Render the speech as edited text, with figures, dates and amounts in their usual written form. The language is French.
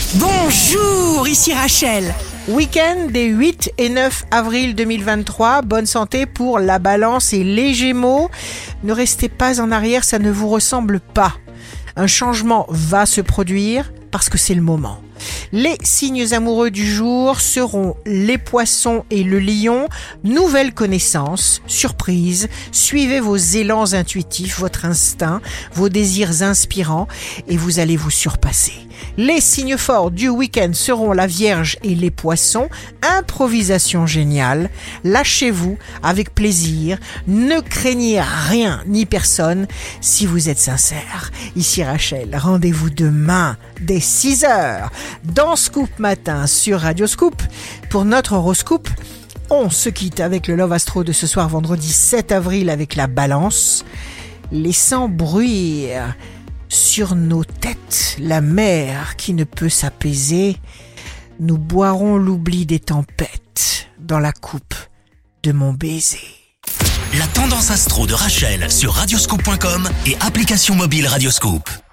Bonjour, ici Rachel. Week-end des 8 et 9 avril 2023. Bonne santé pour la Balance et les Gémeaux. Ne restez pas en arrière, ça ne vous ressemble pas. Un changement va se produire parce que c'est le moment. Les signes amoureux du jour seront les Poissons et le Lion. Nouvelles connaissances, surprises, suivez vos élans intuitifs, votre instinct, vos désirs inspirants et vous allez vous surpasser. Les signes forts du week-end seront la Vierge et les Poissons. Improvisation géniale, lâchez-vous avec plaisir, ne craignez rien ni personne si vous êtes sincère. Ici Rachel, rendez-vous demain dès 6h dans Scoop Matin sur Radio Scoop pour notre horoscope. On se quitte avec le Love Astro de ce soir vendredi 7 avril avec la Balance, laissant bruire sur nos têtes la mer qui ne peut s'apaiser. Nous boirons l'oubli des tempêtes dans la coupe de mon baiser. La tendance astro de Rachel sur radioscoop.com et application mobile Radioscoop.